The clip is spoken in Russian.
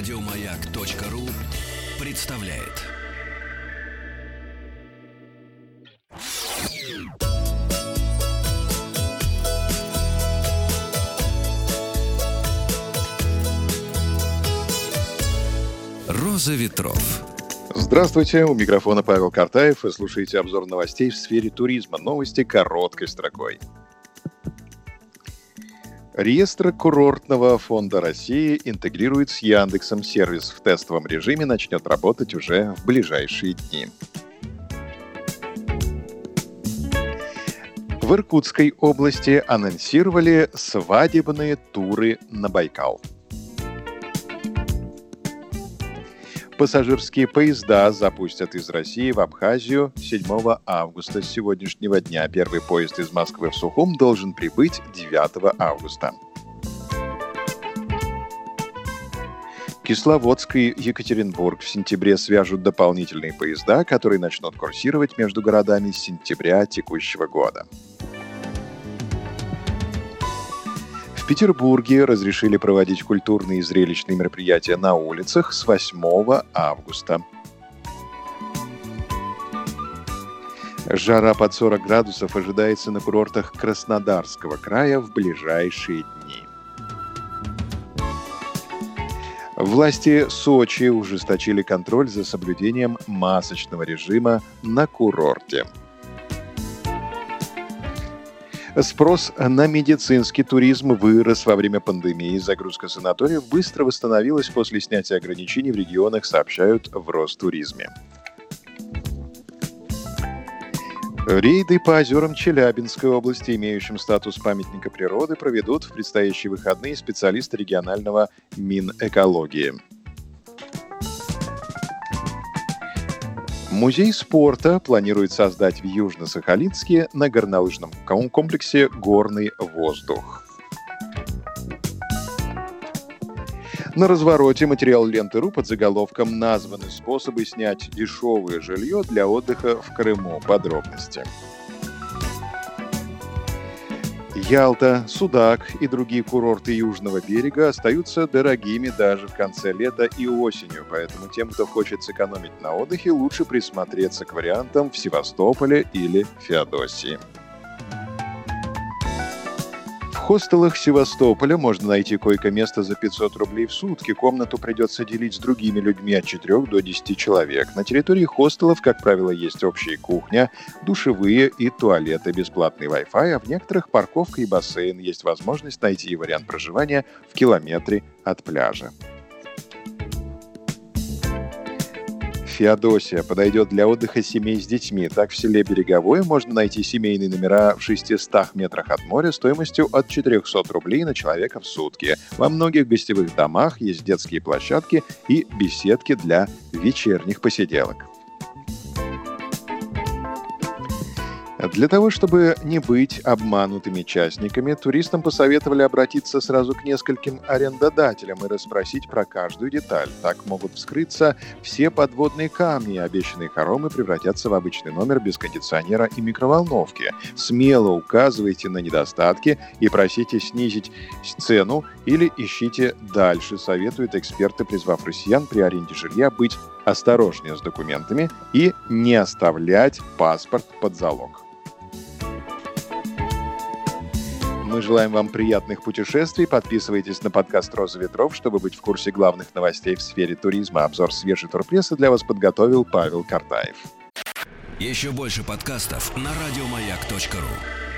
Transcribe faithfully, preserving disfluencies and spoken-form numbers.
Радиомаяк.ру представляет. Роза ветров. Здравствуйте, у микрофона Павел Картаев. Вы слушаете обзор новостей в сфере туризма. Новости короткой строкой. Реестр курортного фонда России интегрирует с Яндексом. Сервис в тестовом режиме начнет работать уже в ближайшие дни. В Иркутской области анонсировали свадебные туры на Байкал. Пассажирские поезда запустят из России в Абхазию седьмого августа с сегодняшнего дня. Первый поезд из Москвы в Сухум должен прибыть девятого августа. Кисловодск и Екатеринбург в сентябре свяжут дополнительные поезда, которые начнут курсировать между городами с сентября текущего года. В Петербурге разрешили проводить культурные и зрелищные мероприятия на улицах с восьмого августа. Жара под сорок градусов ожидается на курортах Краснодарского края в ближайшие дни. Власти Сочи ужесточили контроль за соблюдением масочного режима на курорте. Спрос на медицинский туризм вырос во время пандемии. Загрузка санаториев быстро восстановилась после снятия ограничений в регионах, сообщают в Ростуризме. Рейды по озерам Челябинской области, имеющим статус памятника природы, проведут в предстоящие выходные специалисты регионального Минэкологии. Музей спорта планирует создать в Южно-Сахалинске на горнолыжном комплексе «Горный воздух». На развороте материал ленты РУ под заголовком «Названы способы снять дешевое жилье для отдыха в Крыму». Подробности. Ялта, Судак и другие курорты Южного берега остаются дорогими даже в конце лета и осенью, поэтому тем, кто хочет сэкономить на отдыхе, лучше присмотреться к вариантам в Севастополе или Феодосии. В хостелах Севастополя можно найти койко-место за пятьсот рублей в сутки. Комнату придется делить с другими людьми от четырёх до десяти человек. На территории хостелов, как правило, есть общая кухня, душевые и туалеты, бесплатный Wi-Fi, а в некоторых парковка и бассейн. Есть возможность найти вариант проживания в километре от пляжа. Феодосия подойдет для отдыха семей с детьми. Так, в селе Береговое можно найти семейные номера в шестистах метрах от моря стоимостью от четырехсот рублей на человека в сутки. Во многих гостевых домах есть детские площадки и беседки для вечерних посиделок. Для того, чтобы не быть обманутыми частниками, туристам посоветовали обратиться сразу к нескольким арендодателям и расспросить про каждую деталь. Так могут вскрыться все подводные камни, обещанные хоромы превратятся в обычный номер без кондиционера и микроволновки. Смело указывайте на недостатки и просите снизить цену или ищите дальше, советуют эксперты, призвав россиян при аренде жилья быть осторожнее с документами и не оставлять паспорт под залог. Мы желаем вам приятных путешествий. Подписывайтесь на подкаст «Роза ветров», чтобы быть в курсе главных новостей в сфере туризма. Обзор свежей турпрессы для вас подготовил Павел Картаев. Еще больше подкастов на радиомаяк точка ру.